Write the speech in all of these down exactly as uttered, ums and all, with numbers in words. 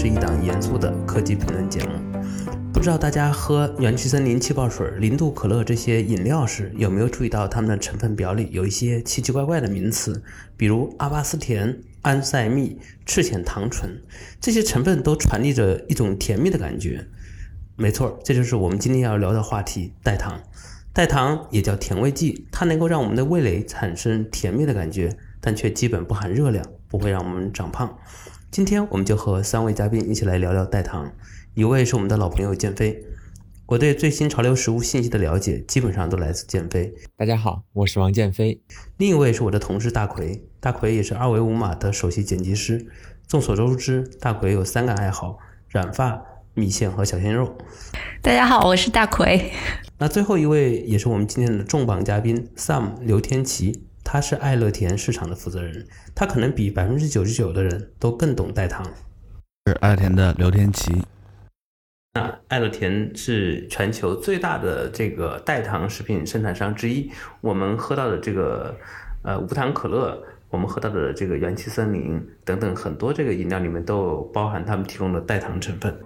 一档严肃的科技评论节目。不知道大家喝元气森林气泡水、零度可乐这些饮料时，有没有注意到它们的成分表里有一些奇奇怪怪的名词，比如阿巴斯甜、安赛蜜、赤藓糖醇，这些成分都传递着一种甜蜜的感觉。没错，这就是我们今天要聊的话题——代糖。代糖也叫甜味剂，它能够让我们的味蕾产生甜蜜的感觉，但却基本不含热量，不会让我们长胖。今天我们就和三位嘉宾一起来聊聊代糖。一位是我们的老朋友建飞，我对最新潮流食物信息的了解基本上都来自建飞。 大家好，我是王建飞。 另一位是我的同事大奎，大奎也是二维五码的首席剪辑师。众所周知，大奎有三个爱好：染发、米线和小鲜肉。 大家好，我是大奎。 那最后一位也是我们今天的重磅嘉宾 Sam 刘天琪，他是爱乐甜市场的负责人，他可能比百分之九十九的人都更懂代糖。 是爱乐甜的刘天琪。 那爱乐甜是全球最大的这个代糖食品生产商之一，我们喝到的这个呃无糖可乐，我们喝到的这个元气森林等等很多这个饮料里面都有包含他们提供的代糖成分。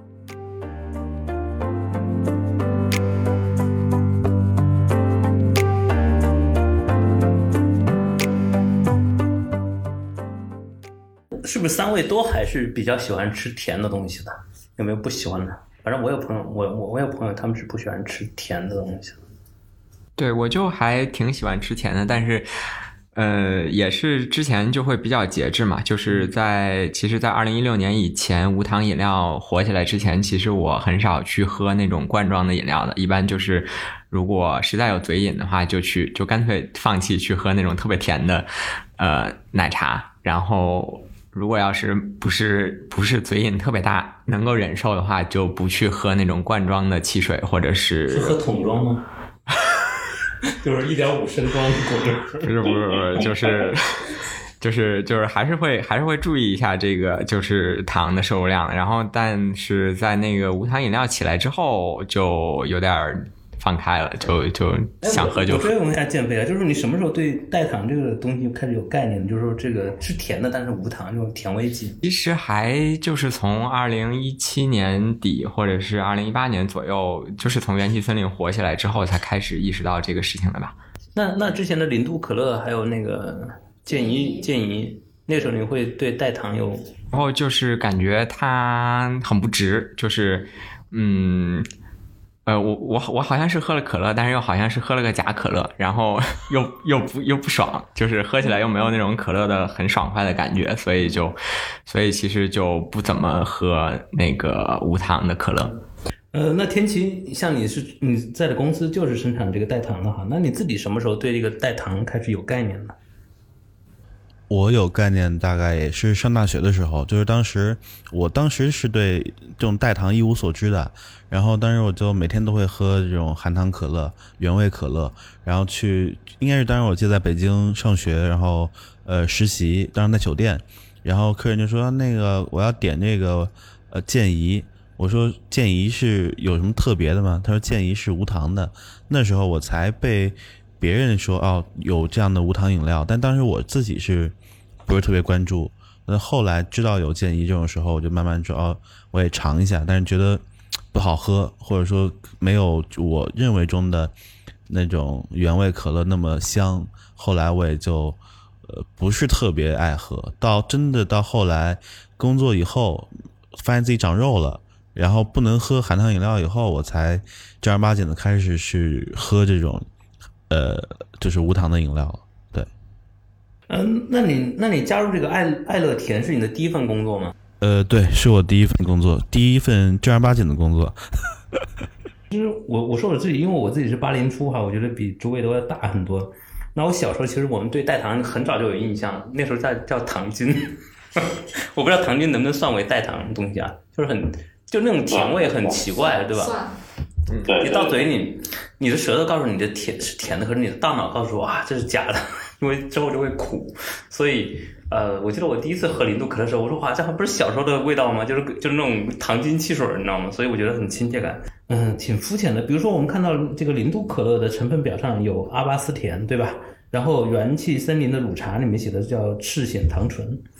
是不是三位都还是比较喜欢吃甜的东西的？有没有不喜欢的？反正我有朋友，我我我有朋友，他们是不喜欢吃甜的东西的。 对，我就还挺喜欢吃甜的，但是，呃，也是之前就会比较节制嘛。就是在其实，在二零一六年以前，无糖饮料火起来之前，其实我很少去喝那种罐装的饮料的。一般就是如果实在有嘴瘾的话，就去就干脆放弃去喝那种特别甜的，呃，奶茶，然后。如果要是不是不是嘴瘾特别大能够忍受的话，就不去喝那种罐装的汽水，或者是是喝桶装吗？就是一点五升装的果汁？ 不是不是不是，就是就是就是还是会还是会注意一下这个就是糖的摄入量，然后但是在那个无糖饮料起来之后，就有点放开了，就就想喝就喝。 我追问一下建飞啊，就是你什么时候对代糖这个东西开始有概念？就是说这个是甜的，但是无糖这种甜味剂。 其实还就是从二零一七年底或者是二零一八年左右，就是从元气森林火起来之后，才开始意识到这个事情的吧。 那那之前的零度可乐还有那个健怡健怡，那时候你会对代糖有？ 然后就是感觉它很不值，就是嗯。呃，我我我好像是喝了可乐，但是又好像是喝了个假可乐，然后又又不又不爽，就是喝起来又没有那种可乐的很爽快的感觉，所以就，所以其实就不怎么喝那个无糖的可乐。 呃，那天琪，像你是你在的公司就是生产这个代糖的哈，那你自己什么时候对这个代糖开始有概念呢？ 我有概念，大概也是上大学的时候，就是当时我当时是对这种代糖一无所知的，然后当时我就每天都会喝这种含糖可乐、原味可乐，然后去应该是当时我记得在北京上学，然后呃实习，当时在酒店，然后客人就说那个我要点这个呃健怡，我说健怡是有什么特别的吗？他说健怡是无糖的，那时候我才被别人说哦有这样的无糖饮料，但当时我自己是不是特别关注。那后来知道有健怡这种时候，我就慢慢说哦我也尝一下，但是觉得不好喝，或者说没有我认为中的那种原味可乐那么香，后来我也就呃不是特别爱喝。到真的到后来工作以后，发现自己长肉了，然后不能喝含糖饮料以后，我才正儿八经的开始是喝这种呃，就是无糖的饮料，对。 嗯，那你那你加入这个爱爱乐甜是你的第一份工作吗？ 呃，对，是我第一份工作，第一份正儿八经的工作。 其实我我说我自己，因为我自己是八零初哈，我觉得比诸位都要大很多。那我小时候其实我们对代糖很早就有印象，那时候在叫糖精，我不知道糖精能不能算为代糖的东西啊，就是很就那种甜味很奇怪，对吧？ 算。 嗯，你到嘴里，你的舌头告诉你这甜是甜的，可是你的大脑告诉我啊这是假的，因为之后就会苦。所以呃，我记得我第一次喝零度可乐的时候，我说哇，这还不是小时候的味道吗？就是就是那种糖精汽水，你知道吗？所以我觉得很亲切感，嗯，挺肤浅的。比如说我们看到这个零度可乐的成分表上有阿巴斯甜，对吧？然后元气森林的乳茶里面写的叫赤藓糖醇。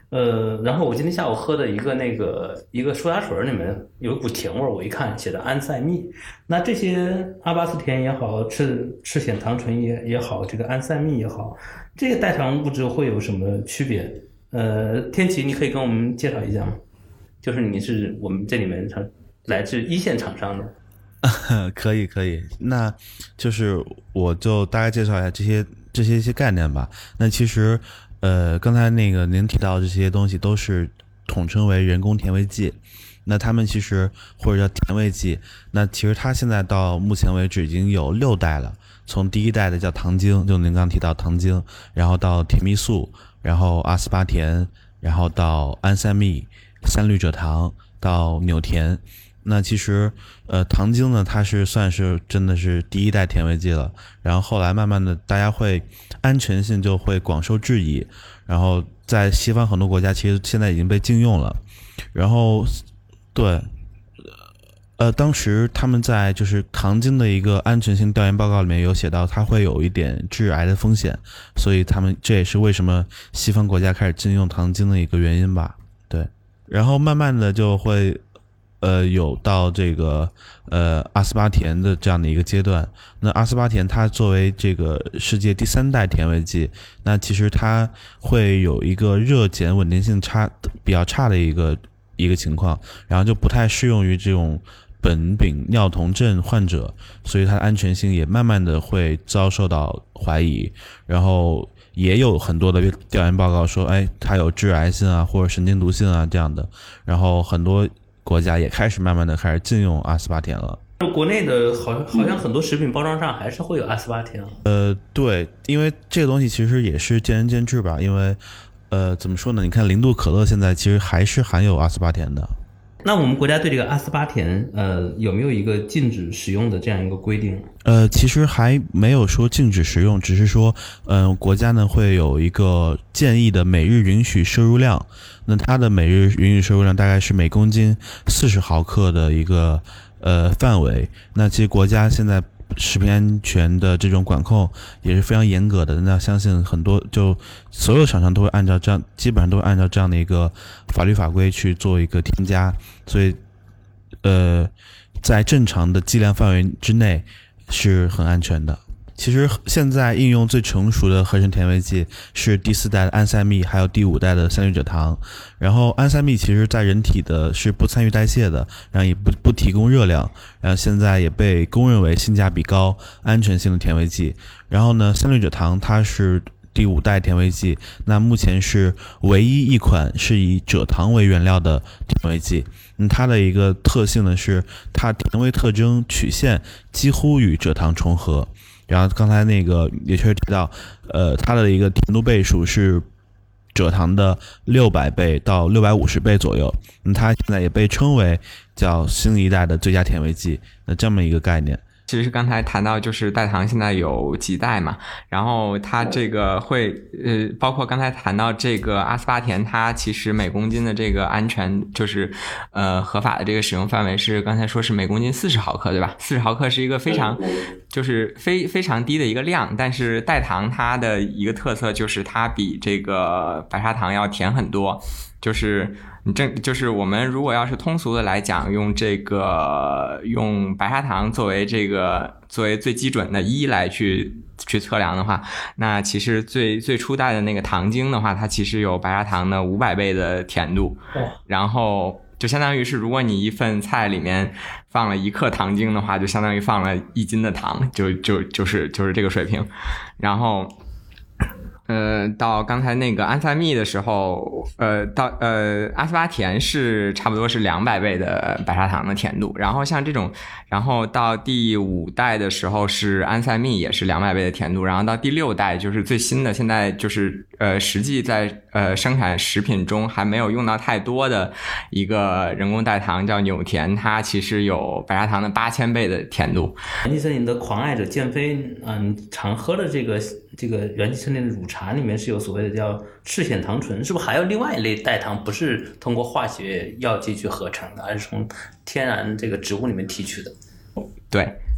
呃，然后我今天下午喝的一个那个一个苏打水里面有一股甜味儿，我一看写的安赛蜜。那这些阿巴斯甜也好，赤赤藓糖醇也也好，这个安赛蜜也好，这个代糖物质会有什么区别？呃，天琪，你可以跟我们介绍一下吗？就是你是我们这里面来自一线厂商的。 可以可以，那就是我就大概介绍一下这些这些一些概念吧。那其实呃，刚才那个您提到这些东西都是统称为人工甜味剂，那他们其实或者叫甜味剂，那其实它现在到目前为止已经有六代了，从第一代的叫糖精，就您刚提到糖精，然后到甜蜜素，然后阿斯巴甜，然后到安赛蜜、三氯蔗糖，到纽甜。那其实呃糖精呢，它是算是真的是第一代甜味剂了，然后后来慢慢的大家会安全性就会广受质疑，然后在西方很多国家其实现在已经被禁用了。然后对呃当时他们在就是糖精的一个安全性调研报告里面有写到它会有一点致癌的风险，所以他们这也是为什么西方国家开始禁用糖精的一个原因吧。对，然后慢慢的就会呃，有到这个呃阿斯巴甜的这样的一个阶段。那阿斯巴甜它作为这个世界第三代甜味剂，那其实它会有一个热碱稳定性差比较差的一个一个情况，然后就不太适用于这种苯丙尿酮症患者，所以它的安全性也慢慢的会遭受到怀疑。然后也有很多的调研报告说，哎，它有致癌性啊，或者神经毒性啊这样的。然后很多国家也开始慢慢的开始禁用阿斯巴甜了。 国内的好像好像很多食品包装上还是会有阿斯巴甜。 呃，对，因为这个东西其实也是见仁见智吧。因为，呃，怎么说呢？你看零度可乐现在其实还是含有阿斯巴甜的。 那我们国家对这个阿斯巴甜，呃，有没有一个禁止使用的这样一个规定？ 呃，其实还没有说禁止使用，只是说，嗯、呃，国家呢会有一个建议的每日允许摄入量。那它的每日允许摄入量大概是每公斤四十毫克的一个呃范围。那其实国家现在食品安全的这种管控也是非常严格的。那相信很多就所有厂商都会按照这样，基本上都会按照这样的一个法律法规去做一个添加。所以，呃，在正常的剂量范围之内是很安全的。其实现在应用最成熟的合成甜味剂是第四代的安赛蜜，还有第五代的三氯蔗糖。然后安赛蜜其实在人体的是不参与代谢的，然后也不不提供热量，然后现在也被公认为性价比高、安全性的甜味剂。然后呢，三氯蔗糖它是第五代甜味剂，那目前是唯一一款是以蔗糖为原料的甜味剂。嗯，它的一个特性呢是它甜味特征曲线几乎与蔗糖重合。然后刚才那个也确实提到，呃，它的一个甜度倍数是蔗糖的六百倍到六百五十倍左右。嗯，它现在也被称为叫新一代的最佳甜味剂，那这么一个概念。 其实刚才谈到就是代糖现在有几代嘛，然后它这个会呃，包括刚才谈到这个阿斯巴甜，它其实每公斤的这个安全就是呃合法的这个使用范围是刚才说是每公斤四十毫克，对吧？四十毫克是一个非常就是非非常低的一个量，但是代糖它的一个特色就是它比这个白砂糖要甜很多。就是你正就是我们如果要是通俗的来讲，用这个用白砂糖作为这个作为最基准的一来去去测量的话，那其实最最初代的那个糖精的话，它其实有白砂糖的五百倍的甜度，然后就相当于是如果你一份菜里面放了一克糖精的话，就相当于放了一斤的糖，就就就是就是这个水平。然后呃，到刚才那个安赛蜜的时候，呃，到呃阿斯巴甜是差不多是两百倍的白砂糖的甜度，然后像这种，然后到第五代的时候是安赛蜜也是两百倍的甜度，然后到第六代就是最新的，现在就是呃实际在呃生产食品中还没有用到太多的一个人工代糖叫纽甜，它其实有白砂糖的八千倍的甜度。 元气森林的狂爱者建飞，嗯，常喝的这个这个元气森林的乳茶里面是有所谓的叫赤藓糖醇，是不是还有另外一类代糖，不是通过化学药剂去合成的，而是从天然这个植物里面提取的？ 对，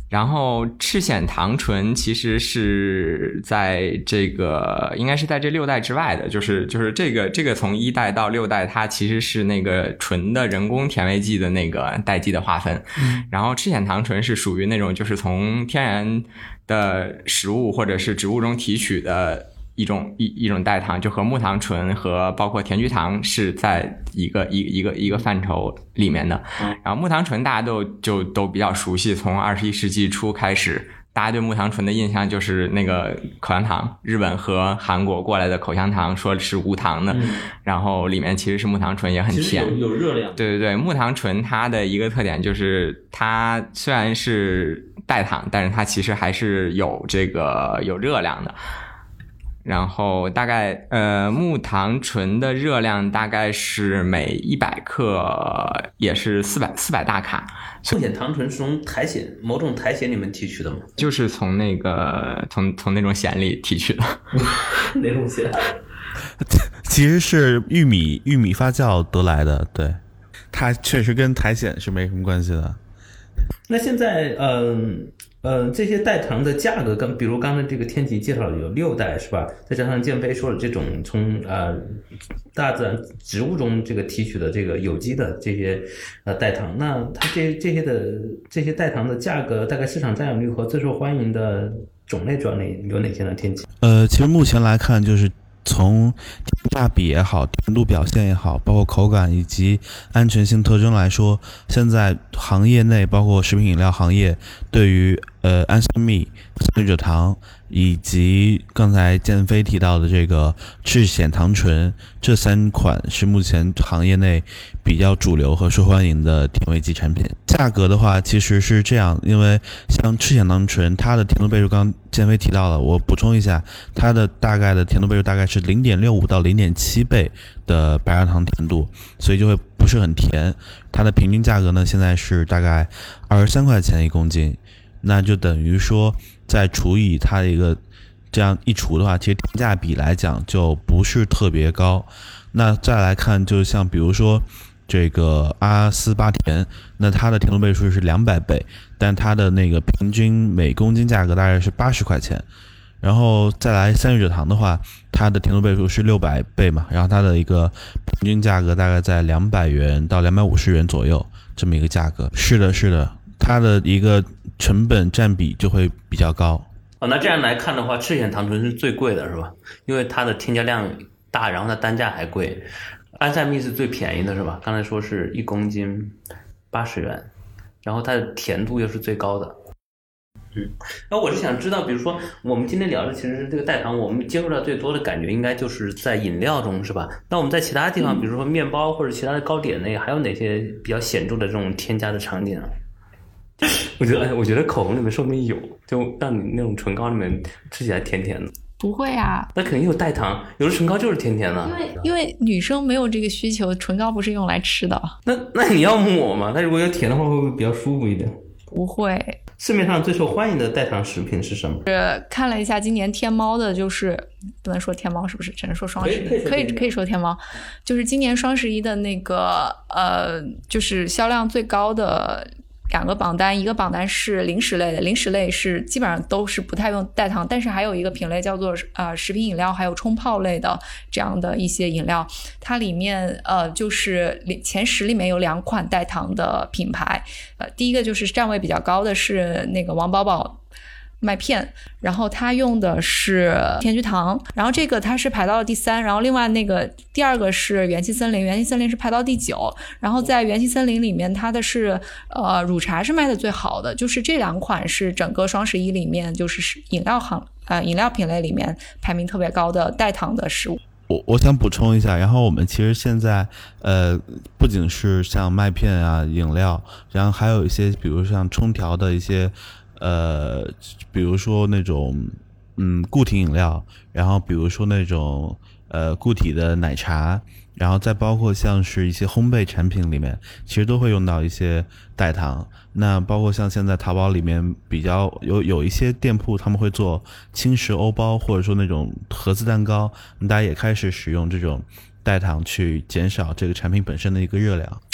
然后赤藓糖醇其实是在这个应该是在这六代之外的，就是就是这个这个从一代到六代它其实是那个纯的人工甜味剂的那个代剂的划分、嗯、然后赤藓糖醇是属于那种就是从天然的食物或者是植物中提取的一种一一种代糖，就和木糖醇和包括甜菊糖是在一个一一个一个范畴里面的。然后木糖醇大家都就都比较熟悉，从二十一世纪初开始，大家对木糖醇的印象就是那个口香糖，日本和韩国过来的口香糖说是无糖的、嗯、然后里面其实是木糖醇，也很甜， 有有热量。 对对对，木糖醇它的一个特点就是它虽然是代糖，但是它其实还是有这个有热量的。然后大概呃木糖醇的热量大概是每一百克也是四百四百大卡。 赤藓糖醇是从苔藓某种苔藓里面提取的吗？ 就是从那个从从那种藓里提取的。 哪种藓？ 其实是玉米玉米发酵得来的，对，它确实跟苔藓是没什么关系的。 那现在嗯。呃, 呃，这些代糖的价格跟比如刚才这个天琪介绍的有六代是吧？再加上建飞说的这种从呃大自然植物中这个提取的这个有机的这些呃代糖，那它这这些的这些代糖的价格大概市场占有率和最受欢迎的种类主要哪有哪些呢？天琪？ 呃，其实目前来看，就是从甜价比也好，甜度表现也好，包括口感以及安全性特征来说，现在行业内包括食品饮料行业对于呃安森蜜、三聚酯糖以及刚才建飞提到的这个赤藓糖醇，这三款是目前行业内比较主流和受欢迎的甜味剂产品。价格的话其实是这样，因为像赤藓糖醇它的甜度倍数刚建飞提到了，我补充一下，它的大概的甜度倍数大概是 零点六五 到 零点七 倍的白砂糖甜度，所以就会不是很甜。它的平均价格呢现在是大概二十三块钱一公斤，那就等于说再除以它的一个这样一除的话，其实甜价比来讲就不是特别高。那再来看，就像比如说这个阿斯巴甜，那它的甜度倍数是两百倍，但它的那个平均每公斤价格大概是八十块钱。然后再来三聚酯糖的话，它的甜度倍数是六百倍嘛，然后它的一个平均价格大概在两百元到两百五十元左右这么一个价格。是的是的，它的一个成本占比就会比较高。 哦，那这样来看的话，赤藓糖醇是最贵的是吧？因为它的添加量大，然后它单价还贵。安赛蜜是最便宜的是吧？刚才说是一公斤八十元，然后它的甜度又是最高的。嗯，那我是想知道，比如说我们今天聊的其实是这个代糖，我们接触到最多的感觉应该就是在饮料中是吧？那我们在其他地方，比如说面包或者其他的糕点内，还有哪些比较显著的这种添加的场景啊？我觉得，我觉得口红里面说不定有，就让你那种唇膏里面吃起来甜甜的。 不会啊， 那肯定有代糖，有的唇膏就是甜甜的。 因为因为女生没有这个需求，唇膏不是用来吃的。 那那你要抹嘛？它如果有甜的话，会不会比较舒服一点？ 不会。 市面上最受欢迎的代糖食品是什么？ 是看了一下今年天猫的，就是不能说天猫是不是，只能说双十一，可以可以说天猫，就是今年双十一的那个呃，就是销量最高的两个榜单，一个榜单是零食类的，零食类是基本上都是不太用代糖，但是还有一个品类叫做呃食品饮料，还有冲泡类的这样的一些饮料，它里面呃就是前十里面有两款代糖的品牌，呃第一个就是站位比较高的是那个王宝宝麦片，然后它用的是甜菊糖，然后这个它是排到了第三，然后另外那个第二个是元气森林，元气森林是排到第九，然后在元气森林里面它的是呃乳茶是卖的最好的，就是这两款是整个双十一里面就是饮料行呃饮料品类里面排名特别高的代糖的食物。 我我想补充一下，然后我们其实现在呃不仅是像麦片啊饮料，然后还有一些比如像冲调的一些呃，比如说那种嗯固体饮料，然后比如说那种呃固体的奶茶，然后再包括像是一些烘焙产品里面，其实都会用到一些代糖。那包括像现在淘宝里面比较有有一些店铺，他们会做轻食欧包，或者说那种盒子蛋糕，大家也开始使用这种代糖去减少这个产品本身的一个热量。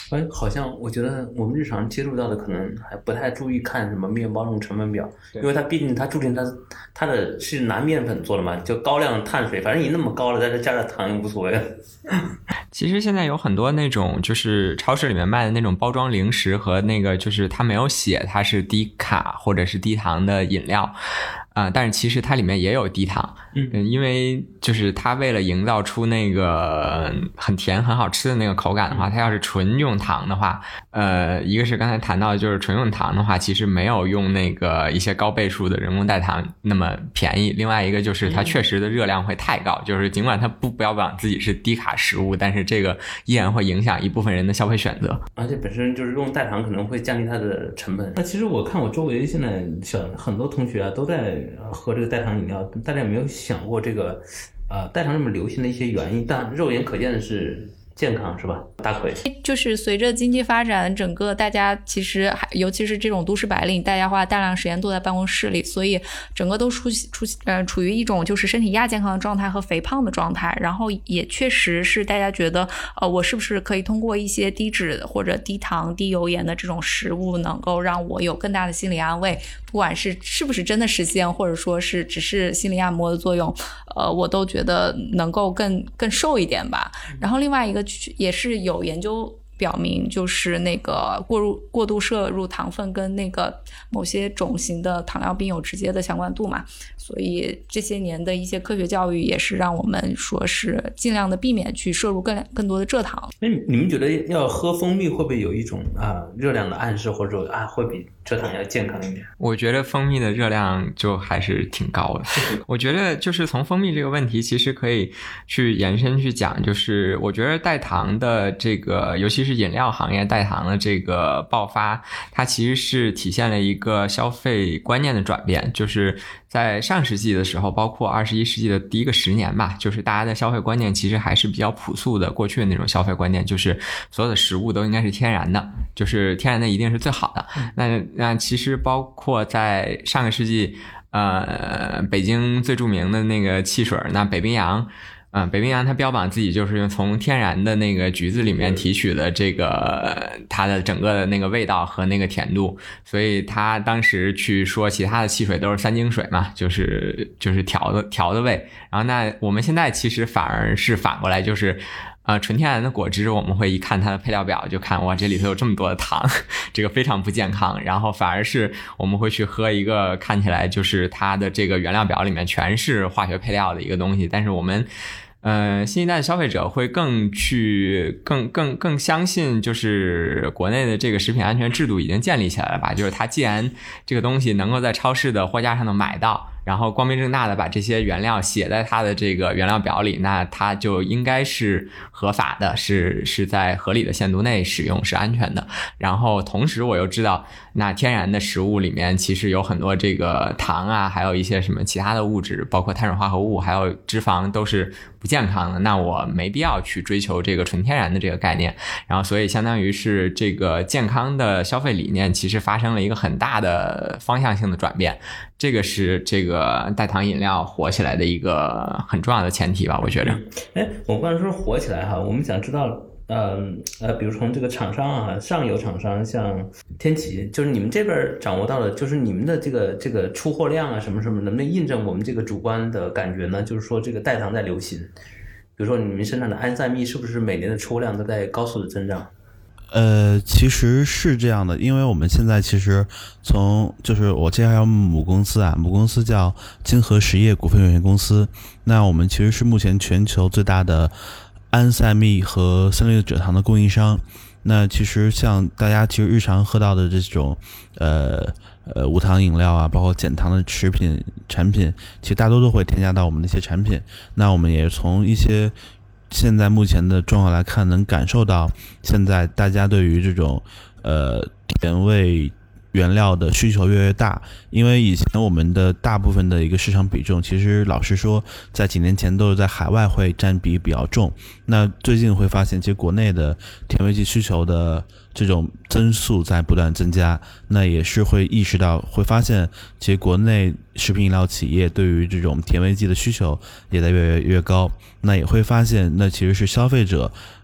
哎，好像我觉得我们日常接触到的可能还不太注意看什么面包这种成分表，因为它毕竟它注定它它的是拿面粉做的嘛，就高量碳水，反正你那么高了，在这加点糖也无所谓了。 其实现在有很多那种就是超市里面卖的那种包装零食和那个就是它没有写它是低卡或者是低糖的饮料。啊、呃，但是其实它里面也有低糖，嗯，因为就是它为了营造出那个很甜很好吃的那个口感的话，它要是纯用糖的话，呃，一个是刚才谈到的就是纯用糖的话，其实没有用那个一些高倍数的人工代糖那么便宜，另外一个就是它确实的热量会太高，就是尽管它不标榜自己是低卡食物，但是这个依然会影响一部分人的消费选择， 而且本身就是用代糖可能会降低它的成本。那其实我看我周围现在小很多同学啊都在喝这个代糖饮料，大家有没有想过这个呃代糖这么流行的一些原因？但肉眼可见的是健康，是吧？大可以就是随着经济发展，整个大家其实还尤其是这种都市白领，大家花大量时间坐在办公室里，所以整个都处处呃处于一种就是身体亚健康的状态和肥胖的状态。然后也确实是大家觉得呃我是不是可以通过一些低脂或者低糖低油盐的这种食物能够让我有更大的心理安慰，不管是是不是真的实现，或者说是只是心理按摩的作用，呃我都觉得能够更更瘦一点吧。然后另外一个也是有研究表明，就是那个过入过度摄入糖分跟那个某些种型的糖尿病有直接的相关度嘛，所以这些年的一些科学教育也是让我们说是尽量的避免去摄入更更多的蔗糖。 那你们觉得要喝蜂蜜会不会有一种啊热量的暗示，或者说啊会比蔗糖要健康一点？ 我觉得蜂蜜的热量就还是挺高的。我觉得就是从蜂蜜这个问题其实可以去延伸去讲，就是我觉得代糖的这个尤其是饮料行业代糖的这个爆发，它其实是体现了一个消费观念的转变，就是在上世纪的时候，包括二十一世纪的第一个十年吧，就是大家的消费观念其实还是比较朴素的，过去的那种消费观念就是所有的食物都应该是天然的，就是天然的一定是最好的。那那其实包括在上个世纪呃北京最著名的那个汽水，那北冰洋嗯、呃，北冰洋它标榜自己就是从天然的那个橘子里面提取的这个它的整个的那个味道和那个甜度，所以他当时去说其他的汽水都是三精水嘛，就是就是调的调的味。然后那我们现在其实反而是反过来，就是呃，纯天然的果汁，我们会一看它的配料表就看哇，这里头有这么多的糖，这个非常不健康。然后反而是我们会去喝一个看起来就是它的这个原料表里面全是化学配料的一个东西，但是我们呃，新一代的消费者会更去更更更相信，就是国内的这个食品安全制度已经建立起来了吧？就是它既然这个东西能够在超市的货架上头买到，然后光明正大的把这些原料写在它的这个原料表里，那它就应该是合法的，是是在合理的限度内使用，是安全的。然后同时我又知道，那天然的食物里面其实有很多这个糖啊，还有一些什么其他的物质，包括碳水化合物，还有脂肪都是不健康的，那我没必要去追求这个纯天然的这个概念。然后所以相当于是这个健康的消费理念其实发生了一个很大的方向性的转变，这个是这个代糖饮料火起来的一个很重要的前提吧，我觉得。 哎，我刚才说火起来哈，我们想知道呃呃，比如从这个厂商啊，上游厂商像天齐，就是你们这边掌握到的，就是你们的这个这个出货量啊，什么什么，能不能印证我们这个主观的感觉呢？就是说这个代糖在流行，比如说你们生产的安赛蜜是不是每年的出货量都在高速的增长？ 呃，其实是这样的，因为我们现在其实从就是我介绍母公司啊，母公司叫金河实业股份有限公司，那我们其实是目前全球最大的安赛蜜和三氯蔗糖的供应商。那其实像大家其实日常喝到的这种呃呃无糖饮料啊，包括减糖的食品产品，其实大多都会添加到我们的一些产品。那我们也从一些现在目前的状况来看，能感受到现在大家对于这种呃甜味原料的需求越来越大。因为以前我们的大部分的一个市场比重，其实老实说在几年前都是在海外会占比比较重，那最近会发现其实国内的甜味剂需求的这种增速在不断增加，那也是会意识到会发现其实国内食品饮料企业对于这种甜味剂的需求也在越来越高，那也会发现那其实是消费者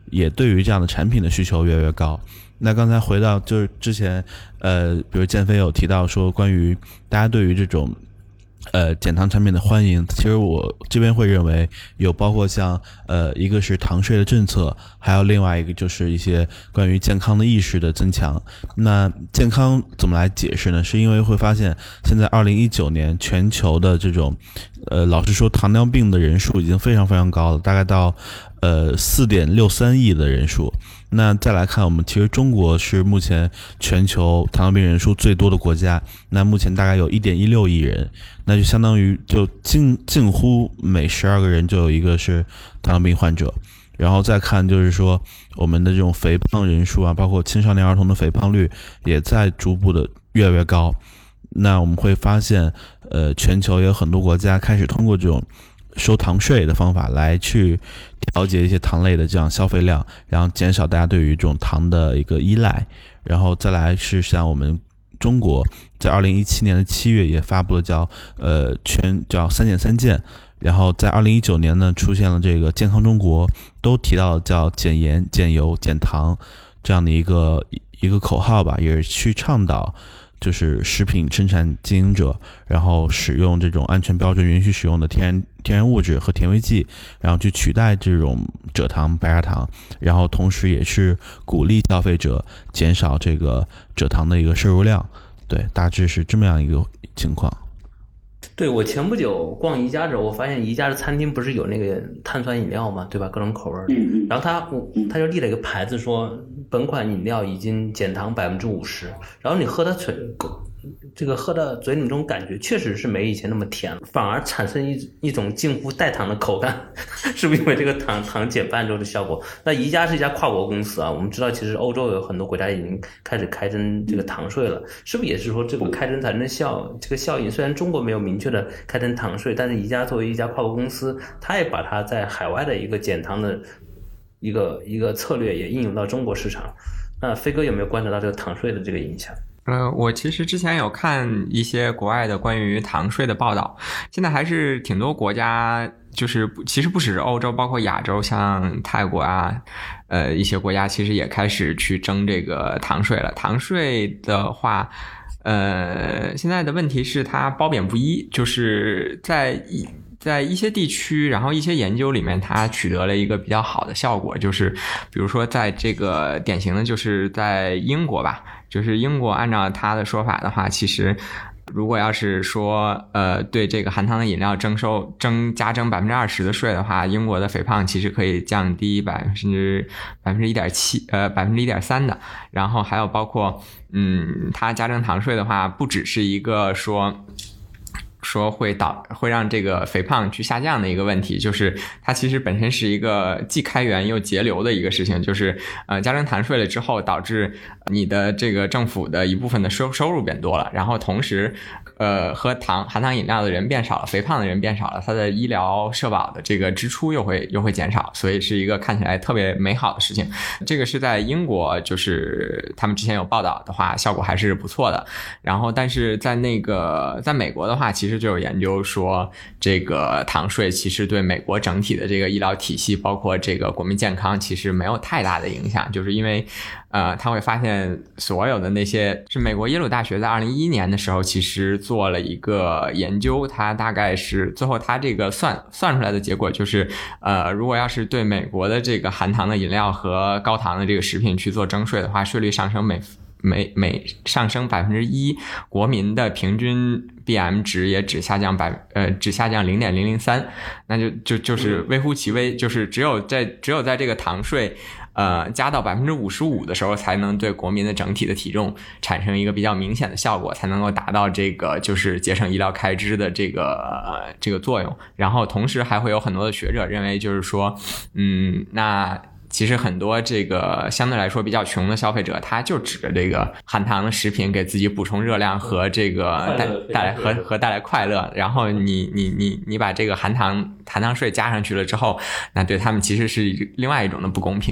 也对于这样的产品的需求越来越高。那刚才回到就是之前呃比如建飞有提到说关于大家对于这种呃减糖产品的欢迎，其实我这边会认为有包括像呃一个是糖税的政策，还有另外一个就是一些关于健康的意识的增强。那健康怎么来解释呢？是因为会发现现在二零一九年全球的这种呃老实说糖尿病的人数已经非常非常高了，大概到呃四点六三亿的人数。那再来看，我们其实中国是目前全球糖尿病人数最多的国家，那目前大概有 一点一六亿人，那就相当于就近近乎每十二个人就有一个是糖尿病患者。然后再看就是说我们的这种肥胖人数啊，包括青少年儿童的肥胖率也在逐步的越来越高。那我们会发现呃，全球也有很多国家开始通过这种收糖税的方法来去调节一些糖类的这样消费量，然后减少大家对于这种糖的一个依赖。然后再来是像我们中国在二零一七年的七月也发布了叫呃全叫三减三健，然后在二零一九年呢出现了这个健康中国，都提到了叫减盐减油减糖这样的一个一个口号吧，也是去倡导就是食品生产经营者，然后使用这种安全标准允许使用的天然天然物质和甜味剂，然后去取代这种蔗糖、白砂糖，然后同时也是鼓励消费者减少这个蔗糖的一个摄入量。对，大致是这么样一个情况。 对，我前不久逛宜家的时候，我发现宜家的餐厅不是有那个碳酸饮料嘛，对吧？各种口味的。然后他他就立了一个牌子说，本款饮料已经减糖百分之五十。然后你喝它嘴，这个喝到嘴里那种感觉，确实是没以前那么甜了，反而产生一一种近乎代糖的口感，是不是因为这个糖糖减半之后的效果？那宜家是一家跨国公司啊，我们知道其实欧洲有很多国家已经开始开征这个糖税了，是不是也是说这种开征产生的效这个效应？虽然中国没有明确的开征糖税，但是宜家作为一家跨国公司，它也把它在海外的一个减糖的一个一个策略也应用到中国市场。那飞哥有没有观察到这个糖税的这个影响？ 呃，我其实之前有看一些国外的关于糖税的报道，现在还是挺多国家，就是其实不只是欧洲，包括亚洲，像泰国啊，呃，一些国家其实也开始去征这个糖税了。糖税的话，呃，现在的问题是它褒贬不一，就是在一在一些地区，然后一些研究里面，它取得了一个比较好的效果，就是比如说在这个典型的就是在英国吧，就是英国按照他的说法的话，其实如果要是说呃对这个含糖的饮料征收征加征百分之二十的税的话，英国的肥胖其实可以降低百分之百分之一点七呃百分之一点三的。然后还有包括嗯，它加征糖税的话，不只是一个说。说会导会让这个肥胖去下降的一个问题，就是它其实本身是一个既开源又节流的一个事情，就是呃加征糖税了之后，导致你的这个政府的一部分的收收入变多了，然后同时呃喝糖含糖饮料的人变少了，肥胖的人变少了，它的医疗社保的这个支出又会又会减少，所以是一个看起来特别美好的事情。这个是在英国，就是他们之前有报道的话，效果还是不错的。然后但是在那个在美国的话，其实就有研究说，这个糖税其实对美国整体的这个医疗体系，包括这个国民健康，其实没有太大的影响，就是因为呃，他会发现所有的那些是美国耶鲁大学在二零一一年的时候，其实做了一个研究，它大概是最后它这个算算出来的结果就是，呃，如果要是对美国的这个含糖的饮料和高糖的这个食品去做征税的话，税率上升每每每上升百分之一，国民的平均 B M 值也只下降百呃只下降零点零零三，那就就就是微乎其微，就是只有在只有在这个糖税呃加到百分之五十五的时候，才能对国民的整体的体重产生一个比较明显的效果，才能够达到这个就是节省医疗开支的这个呃这个作用。然后同时还会有很多的学者认为，就是说，嗯，那。其实很多这个相对来说比较穷的消费者，他就指着这个含糖的食品给自己补充热量和这个带带来和和带来快乐，然后你你你你把这个含糖含糖税加上去了之后，那对他们其实是另外一种的不公平。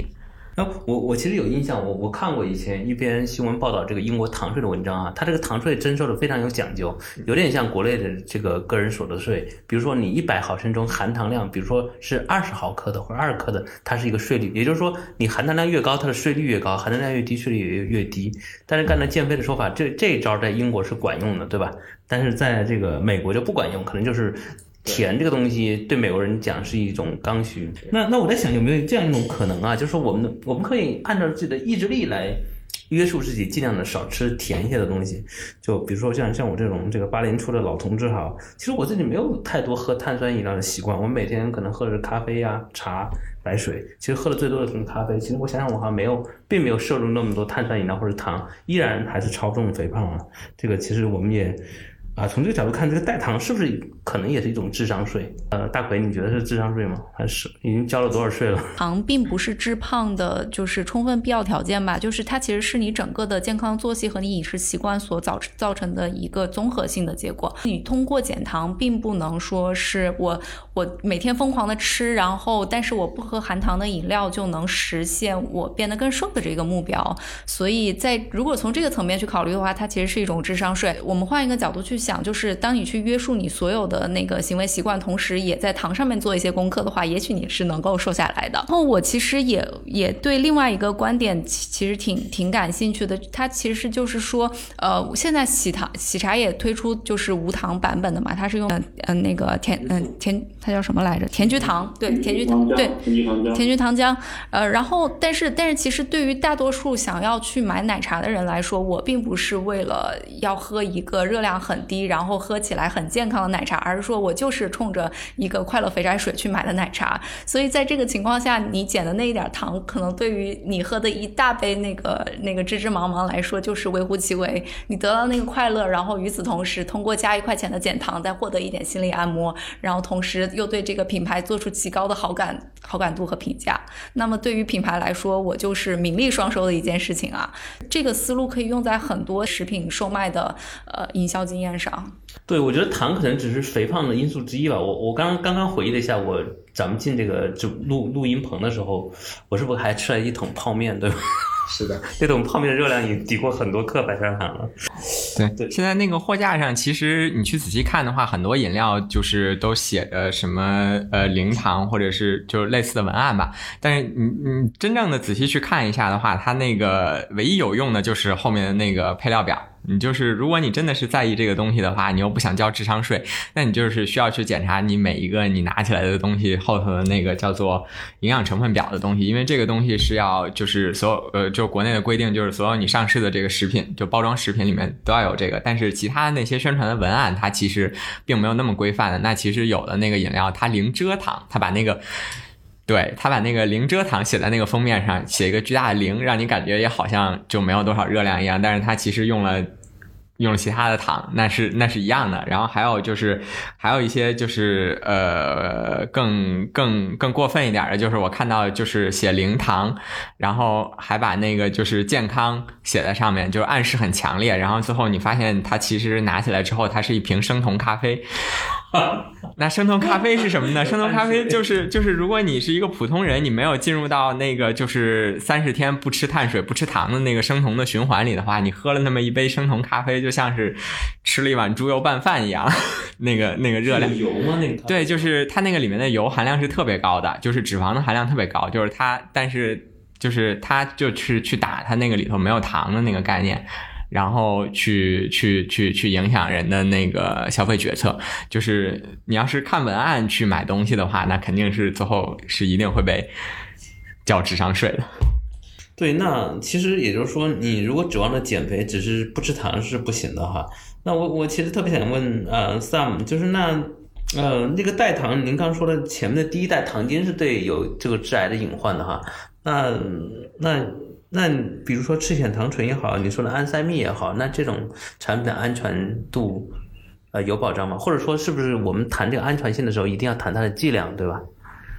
然后我我其实有印象，我我看过以前一篇新闻报道这个英国糖税的文章啊，它这个糖税征收的非常有讲究，有点像国内的这个个人所得税。比如说你一百毫升中含糖量，比如说是二十毫克的或者二十克的，它是一个税率，也就是说你含糖量越高，它的税率越高；含糖量越低，税率也越低。但是按照建飞的说法，这这一招在英国是管用的，对吧？但是在这个美国就不管用，可能就是甜这个东西对美国人讲是一种刚需。那那我在想有没有这样一种可能啊，就是说我们我们可以按照自己的意志力来约束自己，尽量的少吃甜一些的东西。就比如说像像我这种这个八零初的老同志哈，其实我自己没有太多喝碳酸饮料的习惯，我每天可能喝的是咖啡啊、茶、白水，其实喝的最多的是咖啡。其实我想想我好像没有并没有摄入那么多碳酸饮料或者糖，依然还是超重肥胖啊。这个其实我们也啊，从这个角度看，这个代糖是不是可能也是一种智商税？呃，大奎，你觉得是智商税吗？还是已经交了多少税了？ 糖并不是致胖的，就是充分必要条件吧。就是它其实是你整个的健康作息和你饮食习惯所造造成的一个综合性的结果。你通过减糖，并不能说是我我每天疯狂的吃，然后但是我不喝含糖的饮料就能实现我变得更瘦的这个目标。所以在如果从这个层面去考虑的话，它其实是一种智商税。我们换一个角度去想，就是当你去约束你所有的那个行为习惯，同时也在糖上面做一些功课的话，也许你是能够瘦下来的。然后我其实也也对另外一个观点其实挺挺感兴趣的，它其实就是说，呃，现在喜糖喜茶也推出就是无糖版本的嘛，它是用嗯、呃、那个甜嗯、呃、甜它叫什么来着？甜菊糖，对，甜菊糖，对，甜菊糖浆。呃，然后但是但是其实对于大多数想要去买奶茶的人来说，我并不是为了要喝一个热量很低，然后喝起来很健康的奶茶，而是说我就是冲着一个快乐肥宅水去买的奶茶。所以在这个情况下，你减的那一点糖，可能对于你喝的一大杯那个那个芝芝茫茫来说，就是微乎其微。你得到那个快乐，然后与此同时，通过加一块钱的减糖，再获得一点心理按摩，然后同时又对这个品牌做出极高的好感好感度和评价。那么对于品牌来说，我就是名利双收的一件事情啊。这个思路可以用在很多食品售卖的呃营销经验上。 对，我觉得糖可能只是肥胖的因素之一吧。我我刚刚刚回忆了一下，我咱们进这个就录录音棚的时候，我是不是还吃了一桶泡面，对吧？是的，这桶泡面的热量也抵过很多克白砂糖了。 对对，现在那个货架上，其实你去仔细看的话，很多饮料就是都写的什么呃零糖或者是就是类似的文案吧。但是你你真正的仔细去看一下的话，它那个唯一有用的就是后面的那个配料表。你就是如果你真的是在意这个东西的话，你又不想交智商税，那你就是需要去检查你每一个你拿起来的东西后头的那个叫做营养成分表的东西，因为这个东西是要就是所有呃就国内的规定，就是所有你上市的这个食品就包装食品里面都要有这个，但是其他那些宣传的文案它其实并没有那么规范的。那其实有的那个饮料它零蔗糖，它把那个对，他把那个零蔗糖写在那个封面上，写一个巨大的零，让你感觉也好像就没有多少热量一样，但是他其实用了用了其他的糖，那是那是一样的。然后还有就是还有一些就是呃更更更过分一点的，就是我看到就是写零糖，然后还把那个就是健康写在上面，就是暗示很强烈，然后最后你发现它其实拿起来之后，它是一瓶生酮咖啡。那生酮咖啡是什么呢？生酮咖啡就是就是如果你是一个普通人，你没有进入到那个就是三十天不吃碳水不吃糖的那个生酮的循环里的话，你喝了那么一杯生酮咖啡，就像是吃了一碗猪油拌饭一样，那个那个热量油吗？那个对，就是它那个里面的油含量是特别高的，就是脂肪的含量特别高，就是它但是就是它就是去打它那个里头没有糖的那个概念。然后去去去去影响人的那个消费决策，就是你要是看文案去买东西的话，那肯定是最后是一定会被交智商税的。 对，那其实也就是说，你如果指望着减肥，只是不吃糖是不行的哈。那我我其实特别想问呃 Sam， 就是那呃那个代糖，您刚说的前面的第一代糖精是对有这个致癌的隐患的哈。那那。那比如说赤藓糖醇也好，你说的安赛蜜也好，那这种产品的安全度呃有保障吗？或者说是不是我们谈这个安全性的时候一定要谈它的剂量，对吧？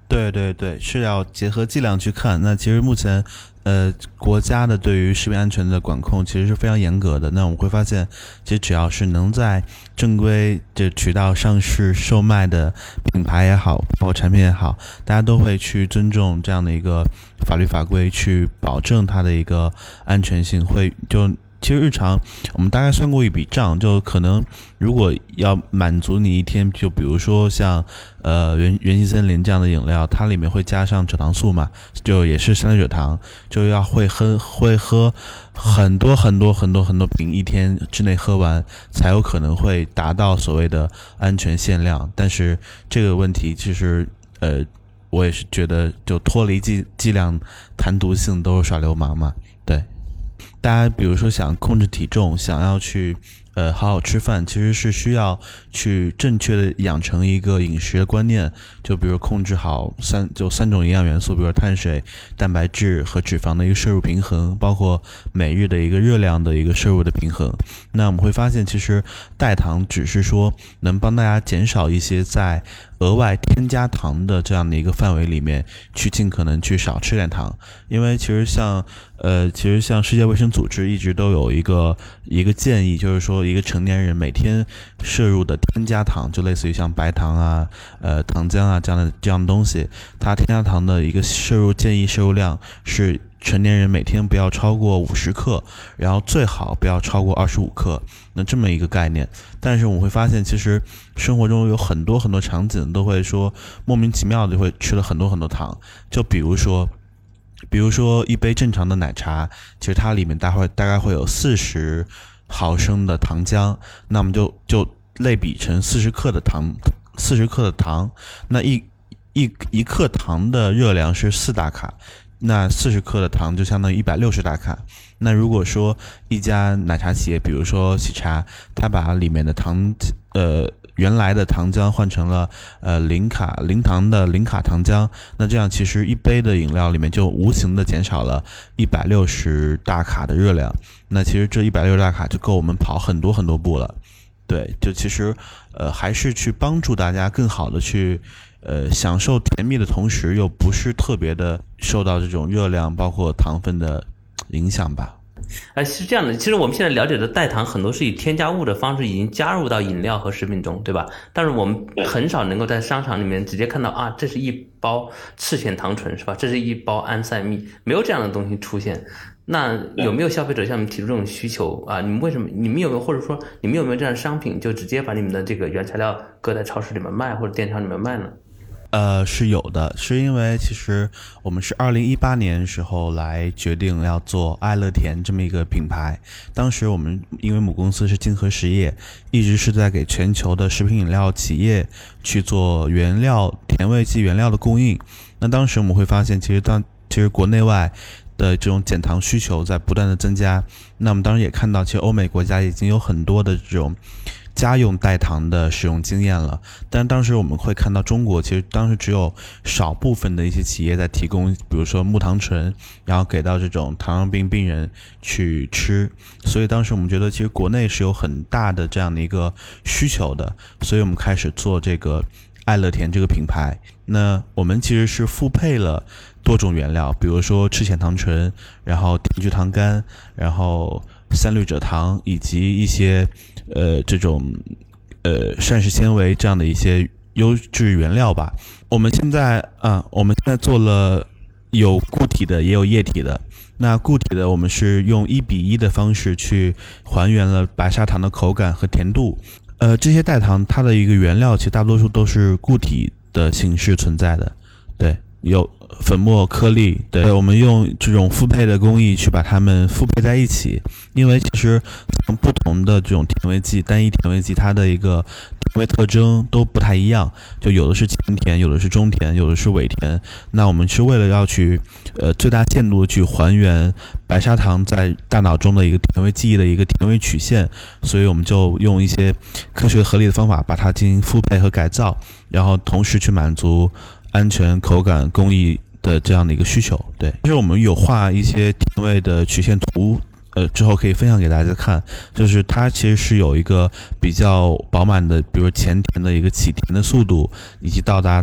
对对对，是要结合剂量去看。那其实目前呃，国家的对于食品安全的管控其实是非常严格的。那我们会发现，其实只要是能在正规的渠道上市售卖的品牌也好，包括产品也好，大家都会去尊重这样的一个法律法规，去保证它的一个安全性。会就其实日常我们大概算过一笔账，就可能如果要满足你一天，就比如说像呃元元气森林这样的饮料，它里面会加上蔗糖素嘛，就也是三聚蔗糖，就要会喝会喝很多很多很多很多瓶，一天之内喝完才有可能会达到所谓的安全限量。但是这个问题其实呃我也是觉得就脱离剂剂量谈毒性都是耍流氓嘛。对，大家比如说想控制体重，想要去呃好好吃饭，其实是需要去正确的养成一个饮食的观念，就比如控制好三就三种营养元素，比如碳水、蛋白质和脂肪的一个摄入平衡，包括每日的一个热量的一个摄入的平衡。那我们会发现，其实代糖只是说能帮大家减少一些在额外添加糖的这样的一个范围里面，去尽可能去少吃点糖。因为其实像呃，其实像世界卫生组织一直都有一个一个建议，就是说一个成年人每天摄入的添加糖，就类似于像白糖啊、呃糖浆啊这样的这样的东西，它添加糖的一个摄入建议摄入量是成年人每天不要超过五十克，然后最好不要超过二十五克，那这么一个概念。但是我们会发现，其实生活中有很多很多场景都会说莫名其妙的会吃了很多很多糖，就比如说。比如说一杯正常的奶茶，其实它里面大概大概会有四十毫升的糖浆，那我们就就类比成四十克的糖，四十克的糖，那一一一克糖的热量是四大卡，那四十克的糖就相当于一百六十大卡。那如果说一家奶茶企业，比如说喜茶，它把里面的糖呃原来的糖浆换成了呃零卡零糖的零卡糖浆，那这样其实一杯的饮料里面就无形的减少了一百六十大卡的热量。那其实这一百六十大卡就够我们跑很多很多步了。对，就其实呃还是去帮助大家更好的去呃享受甜蜜的同时，又不是特别的受到这种热量包括糖分的影响吧。 哎，是这样的，其实我们现在了解的代糖很多是以添加物的方式已经加入到饮料和食品中，对吧？但是我们很少能够在商场里面直接看到啊，这是一包赤藓糖醇，是吧？这是一包安赛蜜，没有这样的东西出现。那有没有消费者向你们提出这种需求啊？你们为什么？你们有没有，或者说你们有没有这样的商品，就直接把你们的这个原材料搁在超市里面卖或者电商里面卖呢？ 呃，是有的，是因为其实我们是二零一八年时候来决定要做爱乐甜这么一个品牌。当时我们因为母公司是金河实业，一直是在给全球的食品饮料企业去做原料甜味剂原料的供应。那当时我们会发现，其实当其实国内外的这种减糖需求在不断的增加。那我们当时也看到，其实欧美国家已经有很多的这种家用代糖的使用经验了，但当时我们会看到中国其实当时只有少部分的一些企业在提供，比如说木糖醇，然后给到这种糖尿病病人去吃，所以当时我们觉得其实国内是有很大的这样的一个需求的，所以我们开始做这个爱乐甜这个品牌。那我们其实是复配了多种原料，比如说赤藓糖醇，然后甜聚糖苷，然后三氯蔗糖，以及一些呃这种呃膳食纤维这样的一些优质原料吧。我们现在啊，我们现在做了有固体的也有液体的。那固体的我们是用一比一的方式去还原了白砂糖的口感和甜度。呃，这些代糖它的一个原料其实大多数都是固体的形式存在的，对，有粉末颗粒，对，我们用这种复配的工艺去把它们复配在一起。因为其实不同的这种甜味剂，单一甜味剂它的一个甜味特征都不太一样，就有的是前甜，有的是中甜，有的是尾甜。那我们是为了要去呃最大限度的去还原白砂糖在大脑中的一个甜味记忆的一个甜味曲线，所以我们就用一些科学合理的方法把它进行复配和改造，然后同时去满足安全、口感、工艺的这样的一个需求。对，其实我们有画一些甜味的曲线图，呃，之后可以分享给大家看。就是它其实是有一个比较饱满的，比如前甜的一个起甜的速度，以及到达它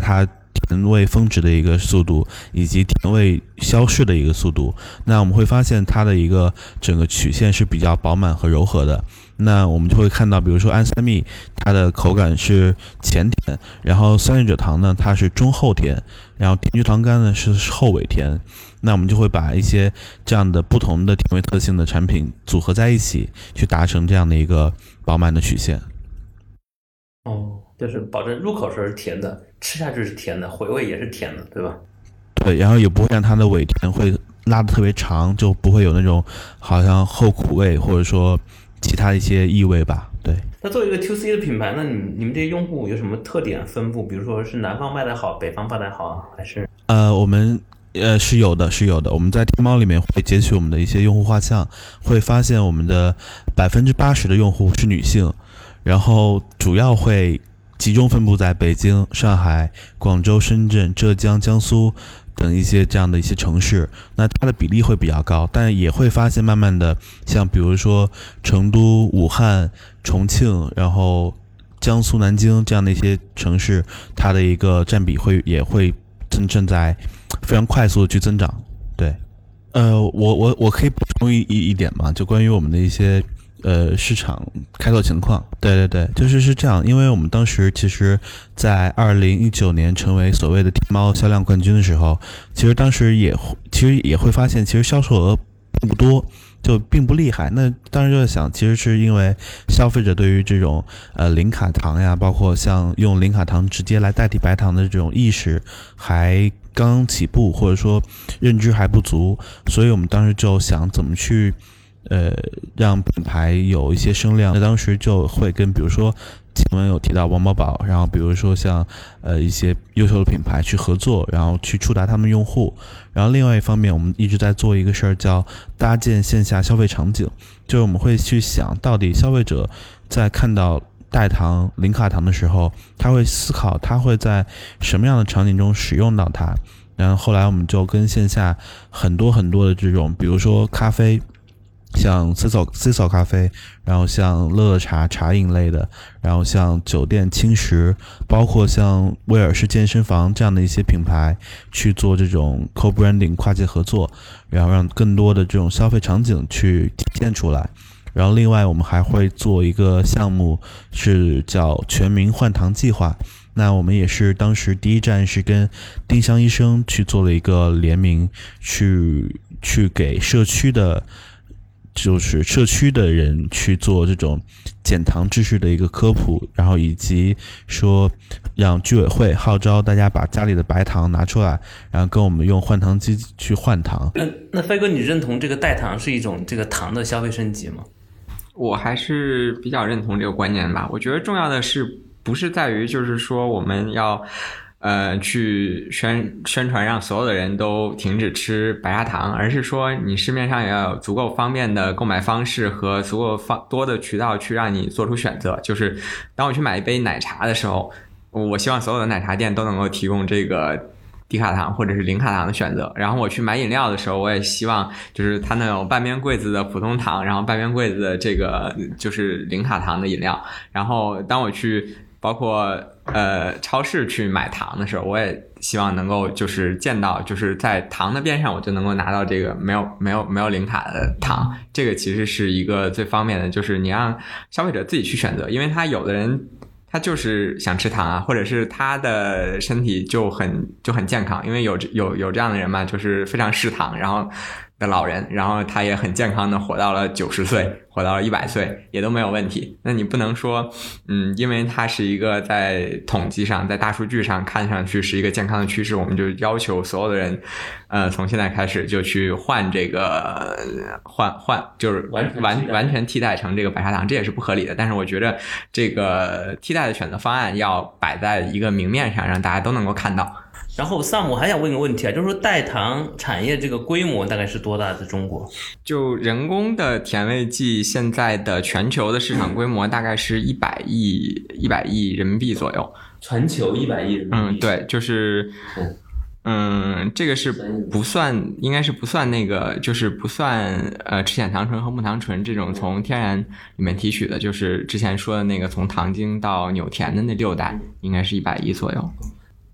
甜味峰值的一个速度，以及甜味消逝的一个速度。那我们会发现它的一个整个曲线是比较饱满和柔和的。那我们就会看到，比如说安赛蜜，它的口感是前甜，然后三叶者糖呢，它是中后甜，然后甜菊糖苷呢是后尾甜。那我们就会把一些这样的不同的甜味特性的产品组合在一起，去达成这样的一个饱满的曲线。 哦，就是保证入口时是甜的，吃下去是甜的，回味也是甜的，对吧？ 对，然后也不会让它的尾甜会拉得特别长，就不会有那种好像后苦味或者说其他的一些异味吧。对。 那作为一个 to C 的品牌，那你你们这些用户有什么特点分布？比如说是南方卖得好，北方卖得好，还是？ 呃，我们呃是有的，是有的。我们在天猫里面会截取我们的一些用户画像，会发现我们的百分之八十的用户是女性，然后主要会集中分布在北京、上海、广州、深圳、浙江、江苏等一些这样的一些城市，那它的比例会比较高，但也会发现慢慢的，像比如说成都、武汉、重庆，然后江苏南京这样的一些城市，它的一个占比会也会正正在非常快速的去增长。对，呃，我我我可以补充一一点嘛，就关于我们的一些呃市场开拓情况。对对对，就是是这样，因为我们当时其实在二零一九年成为所谓的天猫销量冠军的时候，其实当时也其实也会发现，其实销售额并不多，就并不厉害。那当时就在想，其实是因为消费者对于这种呃零卡糖呀，包括像用零卡糖直接来代替白糖的这种意识还刚起步，或者说认知还不足，所以我们当时就想怎么去呃让品牌有一些声量。那当时就会跟比如说前面有提到王宝宝，然后比如说像呃一些优秀的品牌去合作，然后去触达他们用户。然后另外一方面，我们一直在做一个事儿，叫搭建线下消费场景，就是我们会去想到底消费者在看到代糖、零卡糖的时候，他会思考他会在什么样的场景中使用到它。然后后来我们就跟线下很多很多的这种，比如说咖啡，像 C I S O C I S O 咖啡，然后像乐乐茶茶饮类的，然后像酒店轻食，包括像威尔士健身房这样的一些品牌去做这种 co-branding 跨界合作，然后让更多的这种消费场景去体现出来。然后另外我们还会做一个项目，是叫全民换糖计划。那我们也是当时第一站是跟丁香医生去做了一个联名，去去给社区的就是社区的人去做这种减糖知识的一个科普，然后以及说让居委会号召大家把家里的白糖拿出来，然后跟我们用换糖机去换糖。 那那飞哥，你认同这个代糖是一种这个糖的消费升级吗？ 我还是比较认同这个观念吧。我觉得重要的是不是在于就是说我们要呃，去宣宣传让所有的人都停止吃白砂糖，而是说你市面上也要有足够方便的购买方式和足够方多的渠道去让你做出选择。就是当我去买一杯奶茶的时候，我希望所有的奶茶店都能够提供这个低卡糖或者是零卡糖的选择。然后我去买饮料的时候，我也希望就是它能有半边柜子的普通糖，然后半边柜子的这个就是零卡糖的饮料。然后当我去包括呃超市去买糖的时候，我也希望能够就是见到就是在糖的边上我就能够拿到这个没有没有没有零卡的糖。这个其实是一个最方便的，就是你让消费者自己去选择。因为他有的人他就是想吃糖啊，或者是他的身体就很就很健康，因为有有有这样的人嘛，就是非常嗜糖然后的老人，然后他也很健康的活到了九十岁，活到了一百岁也都没有问题。那你不能说嗯，因为它是一个在统计上在大数据上看上去是一个健康的趋势，我们就要求所有的人呃，从现在开始就去换这个换换就是完完完全替代成这个白砂糖，这也是不合理的。但是我觉得这个替代的选择方案要摆在一个明面上，让大家都能够看到。 然后 Sam 我还想问个问题啊，就是说代糖产业这个规模大概是多大？在中国就人工的甜味剂现在的全球的市场规模大概是一百亿一百亿人民币左右。 全球一百亿人民币？ 嗯，对，就是嗯，这个是不算，应该是不算那个，就是不算呃赤藓糖醇和木糖醇这种从天然里面提取的，就是之前说的那个从糖精到纽甜的那六代，应该是一百亿左右。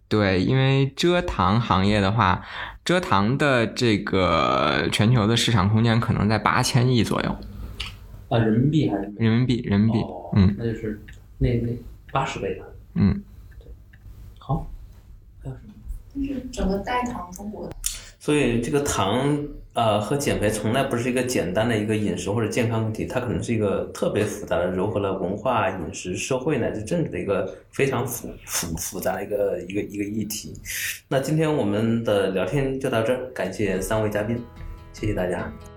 对，因为蔗糖行业的话，蔗糖的这个全球的市场空间可能在八千亿左右。 啊，人民币还是人民币？人民币， 哦、 嗯， 那就是那那八十倍了。 嗯， 对，好，还有什么？ 就是整个代糖中国的。 所以这个糖呃和减肥从来不是一个简单的一个饮食或者健康问题，它可能是一个特别复杂的，糅合了文化、饮食、社会乃至政治的一个非常复复复杂的一个一个一个议题。那今天我们的聊天就到这儿，感谢三位嘉宾，谢谢大家。